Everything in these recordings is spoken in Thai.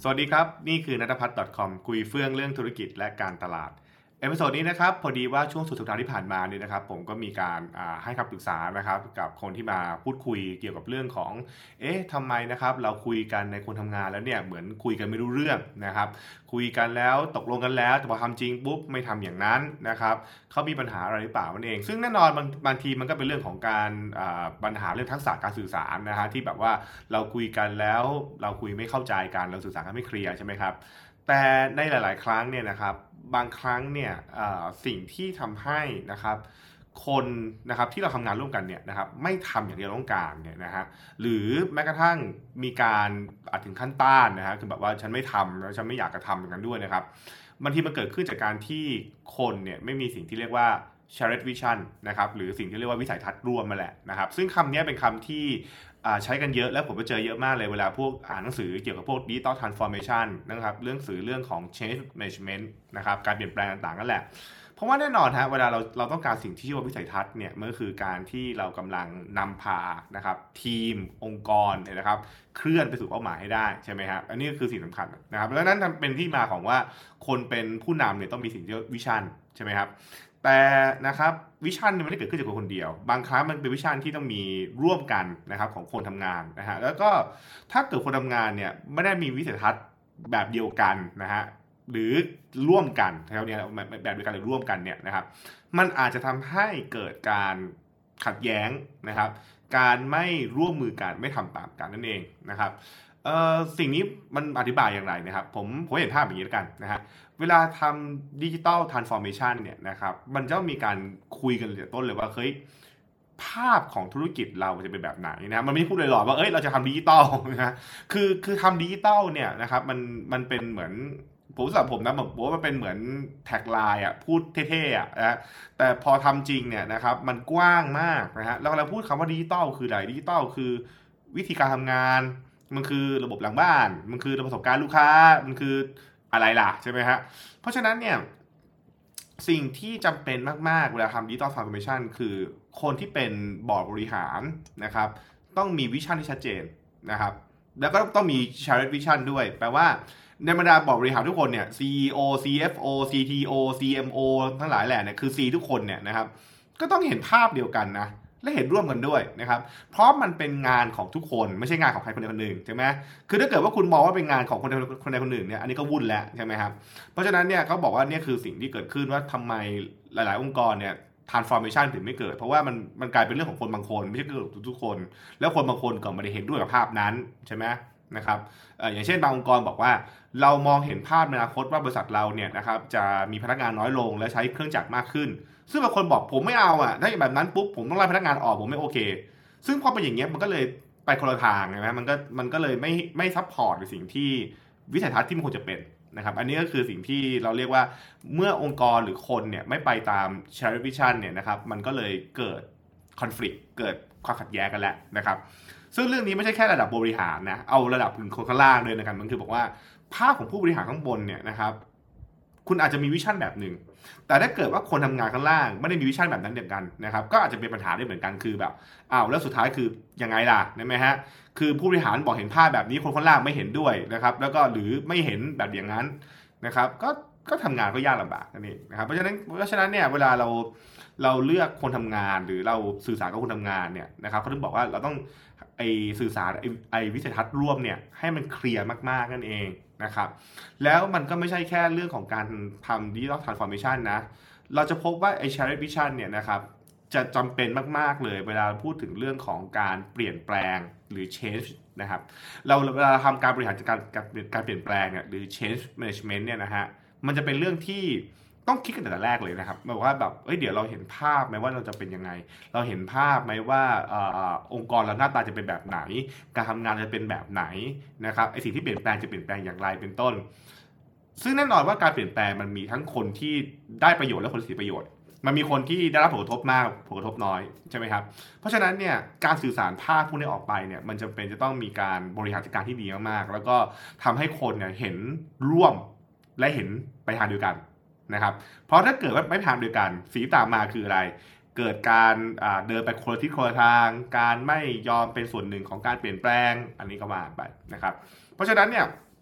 วัสดีครับนี่คือนัทพัฒน์ .com คุยเฟื่องเรื่องธุรกิจและการตลาดเอพิโซดนี้นะครับพอดีว่าช่วงสุดสัปดาห์ที่ผ่านมาเนี่ยนะครับผมก็มีการให้คำปรึกษานะครับกับคนที่มาพูดคุยเกี่ยวกับเรื่องของทำไมนะครับเราคุยกันในคนทำงานแล้วเนี่ยเหมือนคุยกันไม่รู้เรื่องนะครับคุยกันแล้วตกลงกันแล้วแต่พอทำจริงปุ๊บไม่ทำอย่างนั้นนะครับเขามีปัญหาอะไรหรือเปล่านั่นเองซึ่งแน่นอนบางทีมันก็เป็นเรื่องของการปัญหาเรื่องทักษะการสื่อสารนะฮะที่แบบว่าเราคุยกันแล้วเราคุยไม่เข้าใจกันเราสื่อสารกันไม่เคลียร์ใช่ไหมครับแต่ในหลายๆครั้งเนี่ยนะครับบางครั้งเนี่ยสิ่งที่ทำให้นะครับคนนะครับที่เราทำงานร่วมกันเนี่ยนะครับไม่ทำอย่างที่เราต้องการเนี่ยนะฮะหรือแม้กระทั่งมีการถึงขั้นต้านนะฮะคือแบบว่าฉันไม่ทำแล้วฉันไม่อยากจะทำอย่างนั้นด้วยนะครับบางทีมันเกิดขึ้นจากการที่คนเนี่ยไม่มีสิ่งที่เรียกว่า shared vision นะครับหรือสิ่งที่เรียกว่าวิสัยทัศน์ร่วมมาแหละนะครับซึ่งคำนี้เป็นคำที่ใช้กันเยอะและผมไปเจอเยอะมากเลยเวลาพวกอ่านหนังสือเกี่ยวกับพวก digital transformation นะครับเรื่องของ change management นะครับการเปลี่ยนแปลงต่างๆนั่นแหละเพราะว่าแน่นอนฮะเวลาเราต้องการสิ่งที่ชื่อว่าวิสัยทัศน์เนี่ยมันก็คือการที่เรากำลังนำพานะครับทีมองค์กรเนี่ยนะครับเคลื่อนไปสู่เป้าหมายให้ได้ใช่ไหมครับอันนี้ก็คือสิ่งสำคัญนะครับแล้วนั้นเป็นที่มาของว่าคนเป็นผู้นำเนี่ยต้องมีสิ่งที่เรียกว่าวิชั่นใช่ไหมครับแต่นะครับวิชั่นเนี่ยไม่ได้เกิดขึ้นจากคนเดียวบางครั้งมันเป็นวิชั่นที่ต้องมีร่วมกันนะครับของคนทำงานนะฮะแล้วก็ถ้าเกิดคนทำงานเนี่ยไม่ได้มีวิสัยทัศน์แบบเดียวกันนะฮะหรือร่วมกันแถวนี้แบบเดียวกันหรือร่วมกันเนี่ยนะครับมันอาจจะทำให้เกิดการขัดแย้งนะครับการไม่ร่วมมือกันไม่ทำตามกันนั่นเองนะครับสิ่งนี้มันอธิบายอย่างไรนะครับผมเห็นภาพอย่างนี้แล้วกันนะฮะเวลาทำดิจิตอลทรานส์ฟอร์เมชันเนี่ยนะครับมันจะมีการคุยกันแต่ต้นเลยว่าเฮ้ยภาพของธุรกิจเราจะเป็นแบบไหนนะมันไม่พูดลอยๆว่าเราจะทำดิจิตอลนะคือทำดิจิตอลเนี่ยนะครับมันเป็นเหมือนผมสำหรับผมนะผมว่ามันเป็นเหมือนแท็กไลน์พูดเท่ๆนะแต่พอทำจริงเนี่ยนะครับมันกว้างมากนะฮะแล้วเราพูดคำว่าดิจิตอลคืออะไรดิจิตอลคือวิธีการทำงานมันคือระบบหลังบ้านมันคือประสบการณ์ลูกค้ามันคืออะไรล่ะใช่ไหมฮะเพราะฉะนั้นเนี่ยสิ่งที่จำเป็นมากๆเวลาทำดิจิตอลทรานส์ฟอร์เมชันคือคนที่เป็นบอร์ดบริหารนะครับต้องมีวิชั่นที่ชัดเจนนะครับแล้วก็ต้องมี shared vision ด้วยแปลว่าในบรรดาบอร์ดบริหารทุกคนเนี่ย CEO CFO CTO CMO ทั้งหลายแหละเนี่ยคือ C ทุกคนเนี่ยนะครับก็ต้องเห็นภาพเดียวกันนะและเห็นร่วมกันด้วยนะครับเพราะมันเป็นงานของทุกคนไม่ใช่งานของใครคนใดคนหนึ่งใช่ไหมคือถ้าเกิดว่าคุณมองว่าเป็นงานของคนใดคนหนึ่งเนี่ยอันนี้ก็วุ่นแล้วใช่ไหมครับเพราะฉะนั้นเนี่ยเขาบอกว่านี่คือสิ่งที่เกิดขึ้นว่าทำไมหลายๆองค์กรเนี่ย transformation ถึงไม่เกิดเพราะว่ามันกลายเป็นเรื่องของคนบางคนไม่ใช่เรื่องของทุกคนแล้วคนบางคนก็ไม่ได้เห็นด้วยกับภาพนั้นใช่ไหมนะครับอย่างเช่นบางองค์กรบอกว่าเรามองเห็นภาพในอนาคตว่าบริษัทเราเนี่ยนะครับจะมีพนักงานน้อยลงและใช้เครื่องจักรมากขึ้นซึ่งบางคนบอกผมไม่เอาถ้าอย่างแบบนั้นปุ๊บผมต้องไล่พนักงานออกผมไม่โอเคซึ่งพอเป็นอย่างเงี้ยมันก็เลยไปคนละทางใช่ไหมมันก็เลยไม่ซัพพอร์ตในสิ่งที่วิสัยทัศน์ที่มันควรจะเป็นนะครับอันนี้ก็คือสิ่งที่เราเรียกว่าเมื่อองค์กรหรือคนเนี่ยไม่ไปตาม shared vision เนี่ยนะครับมันก็เลยเกิด conflict เกิดความขัดแย้งกันแล้วนะครับซึ่งเรื่องนี้ไม่ใช่แค่ระดับบริหารนะเอาระดับคนข้างล่างด้วยนะครับมันคือบอกว่าภาพของผู้บริหารข้างบนเนี่ยนะครับคุณอาจจะมีวิชั่นแบบหนึ่งแต่ถ้าเกิดว่าคนทำงานข้างล่างไม่ได้มีวิชั่นแบบนั้นเดียวกันนะครับก็อาจจะเป็นปัญหาได้เหมือนกันคือแบบแล้วสุดท้ายคือยังไงล่ะใช่ไหมฮะคือผู้บริหารบอกเห็นภาพแบบนี้คนข้างล่างไม่เห็นด้วยนะครับแล้วก็หรือไม่เห็นแบบอย่างนั้นนะครับก็ทำงานก็ยากลำบากนั่นเองนะครับเพราะฉะนั้นเนี่ยเวลาเราเลือกคนทำงานหรือเราสื่อสารกับคนทำงานเนี่ยนะครับเขาถึงบอกว่าเราต้องสื่อสารวิสัยทัศน์ร่วมเนี่ยให้มันเคลียร์มากๆนั่นเองนะครับแล้วมันก็ไม่ใช่แค่เรื่องของการทำ digital transformation นะเราจะพบว่าshared vision เนี่ยนะครับจะจำเป็นมากๆเลยเวลาพูดถึงเรื่องของการเปลี่ยนแปลงหรือ change นะครับเวลาทำการบริหารจัดการเปลี่ยนแปลงเนี่ยหรือ change management เนี่ยนะฮะมันจะเป็นเรื่องที่ต้องคิดกันแต่แรกเลยนะครับแบบว่าแบบเดี๋ยวเราเห็นภาพไหมว่าเราจะเป็นยังไงเราเห็นภาพไหมว่าองค์กรเราหน้าตาจะเป็นแบบไหนการทำงานจะเป็นแบบไหนนะครับไอสิ่งที่เปลี่ยนแปลงจะเปลี่ยนแปลงอย่างไรเป็นต้นซึ่งแน่นอนว่าการเปลี่ยนแปลงมันมีทั้งคนที่ได้ประโยชน์และคนเสียประโยชน์มันมีคนที่ได้รับผลกระทบมากผลกระทบน้อยใช่ไหมครับเพราะฉะนั้นเนี่ยการสื่อสารภาพพวกนี้ออกไปเนี่ยมันจำเป็นจะต้องมีการบริหารจัดการที่ดีมากๆแล้วก็ทำให้คนเนี่ยเห็นร่วมและเห็นไปทางเดียวกันนะครับเพราะถ้าเกิดว่าไม่ทางเดียวกันสิ่งที่ตามมาคืออะไรเกิดการเดินไปคนละทิศคนละทางการไม่ยอมเป็นส่วนหนึ่งของการเปลี่ยนแปลงอันนี้ก็ว่าไปนะครับเพราะฉะนั้นเนี่ย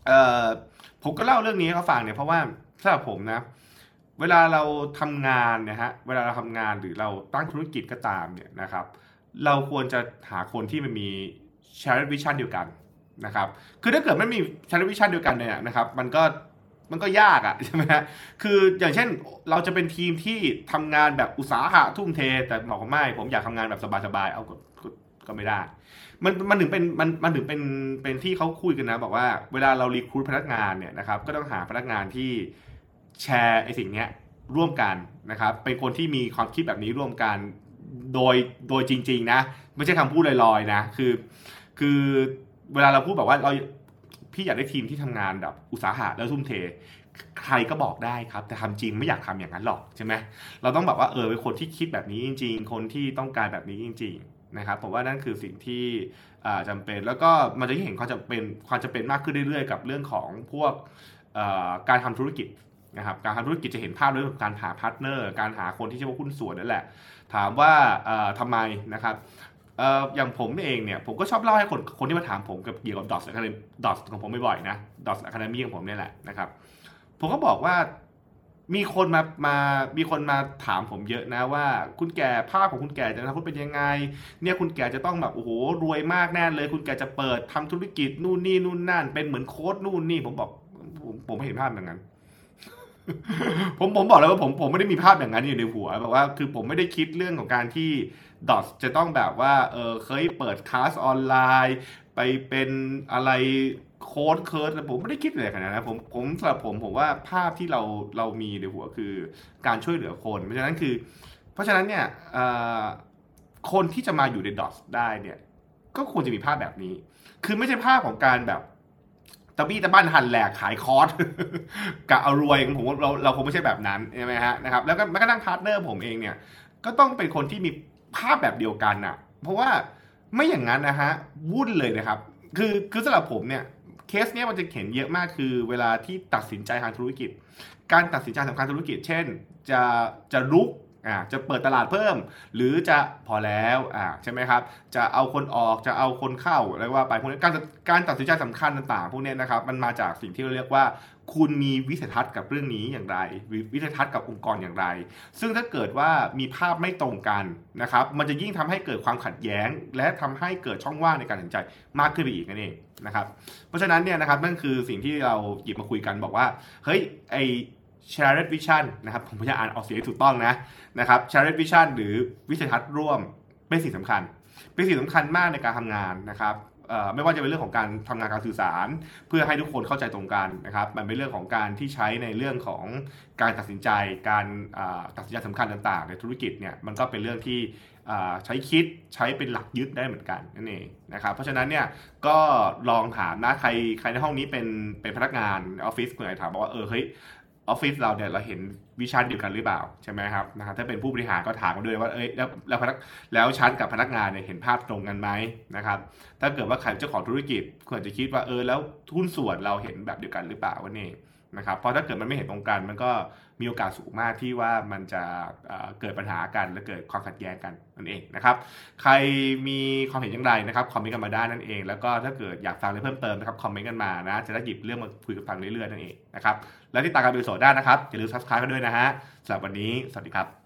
เอ่อผมก็เล่าเรื่องนี้ให้เขาฟังเนี่ยเพราะว่าสำหรับผมนะเวลาเราทำงานเนี่ยฮะเวลาเราทำงานหรือเราตั้งธุรกิจก็ตามเนี่ยนะครับเราควรจะหาคนที่มันมี shared vision เดียวกันนะครับคือถ้าเกิดไม่มี shared vision เดียวกันเนี่ยนะครับมันก็ยากอะใช่ไหมฮะคืออย่างเช่นเราจะเป็นทีมที่ทำงานแบบอุตสาหะทุ่มเทแต่บอกว่าไม่ผมอยากทำงานแบบสบายๆเอาก็ไม่ได้ มันถึงเป็นมันถึงเป็นที่เขาคุยกันนะบอกว่าเวลาเรารีครูทพนักงานเนี่ยนะครับก็ต้องหาพนักงานที่แชร์ไอ้สิ่งเนี้ยร่วมกันนะครับเป็นคนที่มีความคิดแบบนี้ร่วมกันโดยโดยจริงๆนะไม่ใช่คำพูดลอยๆนะคือเวลาเราพูดแบบว่าพี่อยากได้ทีมที่ทำงานแบบอุตสาหะแล้วทุ่มเทใครก็บอกได้ครับแต่ทำจริงไม่อยากทำอย่างนั้นหรอกใช่ไหมเราต้องแบบว่าเป็นคนที่คิดแบบนี้จริงๆคนที่ต้องการแบบนี้จริงๆนะครับผมว่านั่นคือสิ่งที่จำเป็นแล้วก็มันจะเห็นความจำเป็นมากขึ้นเรื่อยๆกับเรื่องของพวกการทำธุรกิจนะครับการทำธุรกิจจะเห็นภาพเรื่องของการหาพาร์ทเนอร์การหาคนที่จะมาหุ้นส่วนนั่นแหละถามว่าทำไมนะครับอย่างผมเองเนี่ยผมก็ชอบเล่าให้คนที่มาถามผมเกี่ยวกับ DOTS Academy DOTS ของผมบ่อยๆนะ DOTS Academy ของผมเนี่ยแหละนะครับผมก็บอกว่ามีคนมีคนมาถามผมเยอะนะว่าคุณแก่ภาพของคุณแก่จะอนาคตเป็นยังไงเนี่ยคุณแก่จะต้องแบบโอ้โหรวยมากแน่เลยคุณแก่จะเปิดทำธุรกิจนู่นนี่นู่นนั่นเป็นเหมือนโค้ดนู่นนี่ผมบอกผมไม่เห็นภาพอย่างนั้น ผมบอกเลยว่าผมไม่ได้มีภาพอย่างนั้นอยู่ในหัวแบบว่าคือผมไม่ได้คิดเรื่องของการที่ดอทจะต้องแบบว่าเคยเปิดคลาสออนไลน์ไปเป็นอะไรโค้ดผมไม่ได้คิดเลยขนาดนั้นผมสำหรับผมว่าภาพที่เรามีในหัวคือการช่วยเหลือคนเพราะฉะนั้นเนี่ยคนที่จะมาอยู่ในดอทได้เนี่ยก็ควรจะมีภาพแบบนี้คือไม่ใช่ภาพของการแบบตะบี้ตะบั้นหันแหลกขายคอร์ส กะเอารวยผมว่าเราคงไม่ใช่แบบนั้นใช่ไหมฮะนะครับแล้วก็แม้กระทั่งพาร์ทเนอร์ผมเองเนี่ยก็ต้องเป็นคนที่มีภาพแบบเดียวกันอ่ะเพราะว่าไม่อย่างนั้นนะฮะวุ่นเลยนะครับคือสำหรับผมเนี่ยเคสเนี้ยมันจะเห็นเยอะมากคือเวลาที่ตัดสินใจทางธุรกิจการตัดสินใจสำคัญธุรกิจเช่นจะจะรุกจะเปิดตลาดเพิ่มหรือจะพอแล้วใช่ไหมครับจะเอาคนออกจะเอาคนเข้าอะไรว่าไปพวกนี้การตัดสินใจสำคัญต่างๆพวกนี้นะครับมันมาจากสิ่งที่เราเรียกว่าคุณมีวิสัยทัศน์กับเรื่องนี้อย่างไรวิสัยทัศน์กับองค์กรอย่างไรซึ่งถ้าเกิดว่ามีภาพไม่ตรงกันนะครับมันจะยิ่งทำให้เกิดความขัดแย้งและทำให้เกิดช่องว่างในการตัดสินใจมากขึ้นไปอีกนั่นเองนะครับเพราะฉะนั้นเนี่ยนะครับนั่นคือสิ่งที่เราหยิบมาคุยกันบอกว่าเฮ้ยshared vision นะครับผมพยายามอ่านออกเสียงถูกต้องนะครับ shared vision หรือวิสัยทัศน์ร่วมเป็นสิ่งสำคัญมากในการทำงานนะครับไม่ว่าจะเป็นเรื่องของการทำงานการสื่อสารเพื่อให้ทุกคนเข้าใจตรงกันนะครับมันเป็นเรื่องของการที่ใช้ในเรื่องของการตัดสินใจการตัดสินใจสำคัญต่างๆในธุรกิจเนี่ยมันก็เป็นเรื่องที่ใช้คิดใช้เป็นหลักยึดได้เหมือนกันนั่นเองนะครับเพราะฉะนั้นเนี่ยก็ลองถามนะใครในห้องนี้เป็นพนักงานออฟฟิศคุณไหนถามบอกว่าเฮ้ยออฟฟิศเราเนี่ยเราเห็นวิชั่นเดียวกันหรือเปล่าใช่ไหมครับนะครับถ้าเป็นผู้บริหารก็ถามกันด้วยว่าแล้วชั้นกับพนักงานเนี่ยเห็นภาพตรงกันไหมนะครับถ้าเกิดว่าใครเจ้าของธุรกิจควรจะคิดว่าแล้วหุ้นส่วนเราเห็นแบบเดียวกันหรือเปล่าวะนี่นะครับเพราะถ้าเกิดมันไม่เห็นตรงกันมันก็มีโอกาสสูงมากที่ว่ามันจะเกิดปัญหากันและเกิดความขัดแย้งกันนั่นเองนะครับใครมีความเห็นอย่างไรนะครับคอมเมนต์กันมาได้นั่นเองแล้วก็ถ้าเกิดอยากฟังอะไรเพิ่มเติมนะครับคอมเมนต์กันมานะจะได้หยิบเรื่องมาคุยกันฟังเรื่อยๆนั่นเองนะครับแล้วที่ตามการดูสดได้นะครับอย่าลืม subscribe กันด้วยนะฮะสำหรับวันนี้สวัสดีครับ